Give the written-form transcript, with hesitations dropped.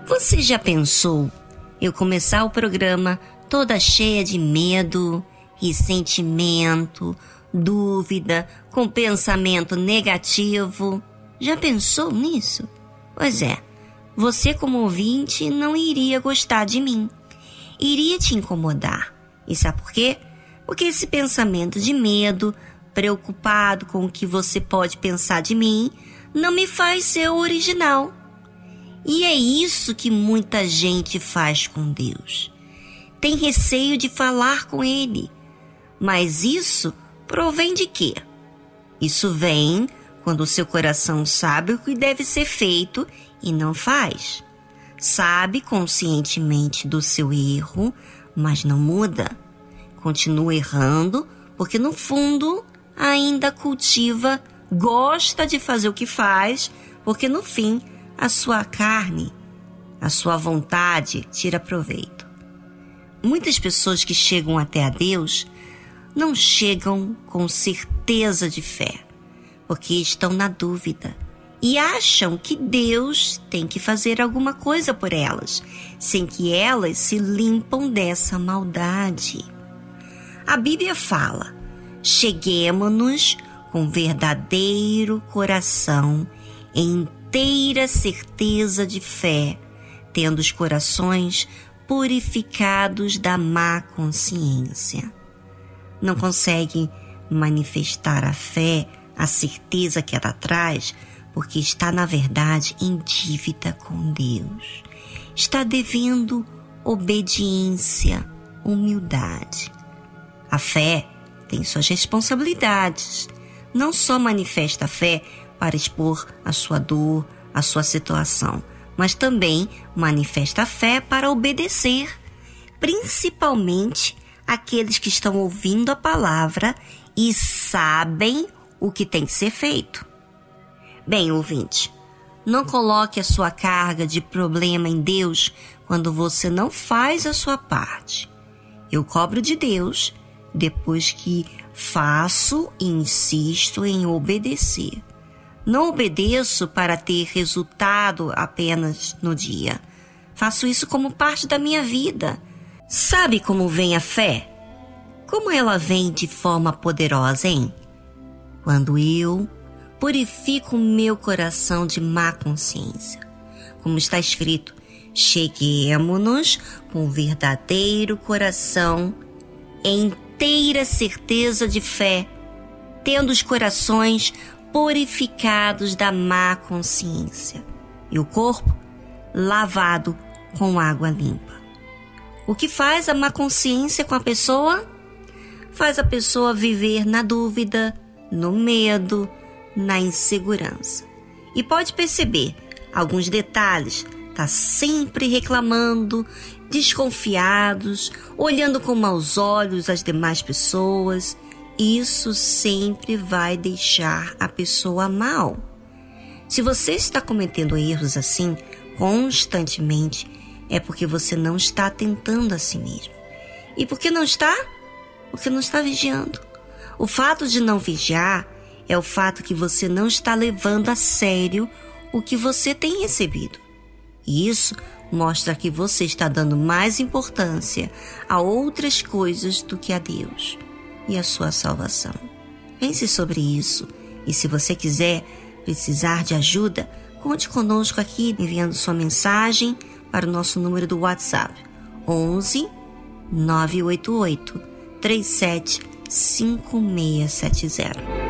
Você já pensou eu começar o programa toda cheia de medo, ressentimento, dúvida, com pensamento negativo? Já pensou nisso? Pois é, você como ouvinte não iria gostar de mim. Iria te incomodar. E sabe por quê? Porque esse pensamento de medo, preocupado com o que você pode pensar de mim, não me faz ser original. E é isso que muita gente faz com Deus. Tem receio de falar com Ele. Mas isso provém de quê? Isso vem quando o seu coração sabe o que deve ser feito e não faz. Sabe conscientemente do seu erro, mas não muda. Continua errando porque no fundo ainda cultiva, gosta de fazer o que faz, porque no fim a sua carne, a sua vontade tira proveito. Muitas pessoas que chegam até a Deus não chegam com certeza de fé, porque estão na dúvida e acham que Deus tem que fazer alguma coisa por elas, sem que elas se limpam dessa maldade. A Bíblia fala: cheguemo-nos com verdadeiro coração, em inteira certeza de fé, tendo os corações purificados da má consciência. Não consegue manifestar a fé, a certeza que ela traz, porque está, na verdade, em dívida com Deus. Está devendo obediência, humildade. A fé tem suas responsabilidades. Não só manifesta a fé para expor a sua dor, a sua situação, mas também manifesta a fé para obedecer, principalmente aqueles que estão ouvindo a palavra e sabem o que tem que ser feito. Bem, ouvinte, não coloque a sua carga de problema em Deus quando você não faz a sua parte. Eu cobro de Deus depois que faço e insisto em obedecer. Não obedeço para ter resultado apenas no dia. Faço isso como parte da minha vida. Sabe como vem a fé? Como ela vem de forma poderosa, hein? Quando eu purifico o meu coração de má consciência. Como está escrito: cheguemo-nos com verdadeiro coração, em inteira certeza de fé, tendo os corações purificados da má consciência e o corpo lavado com água limpa. O que faz a má consciência com a pessoa? Faz a pessoa viver na dúvida, no medo, na insegurança. E pode perceber alguns detalhes: tá sempre reclamando, desconfiados, olhando com maus olhos as demais pessoas. Isso sempre vai deixar a pessoa mal. Se você está cometendo erros assim constantemente, é porque você não está atentando a si mesmo. E por que não está? Porque não está vigiando. O fato de não vigiar é o fato que você não está levando a sério o que você tem recebido. E isso mostra que você está dando mais importância a outras coisas do que a Deus e a sua salvação. Pense sobre isso, e se você precisar de ajuda, conte conosco aqui enviando sua mensagem para o nosso número do WhatsApp 11 988 37 5670.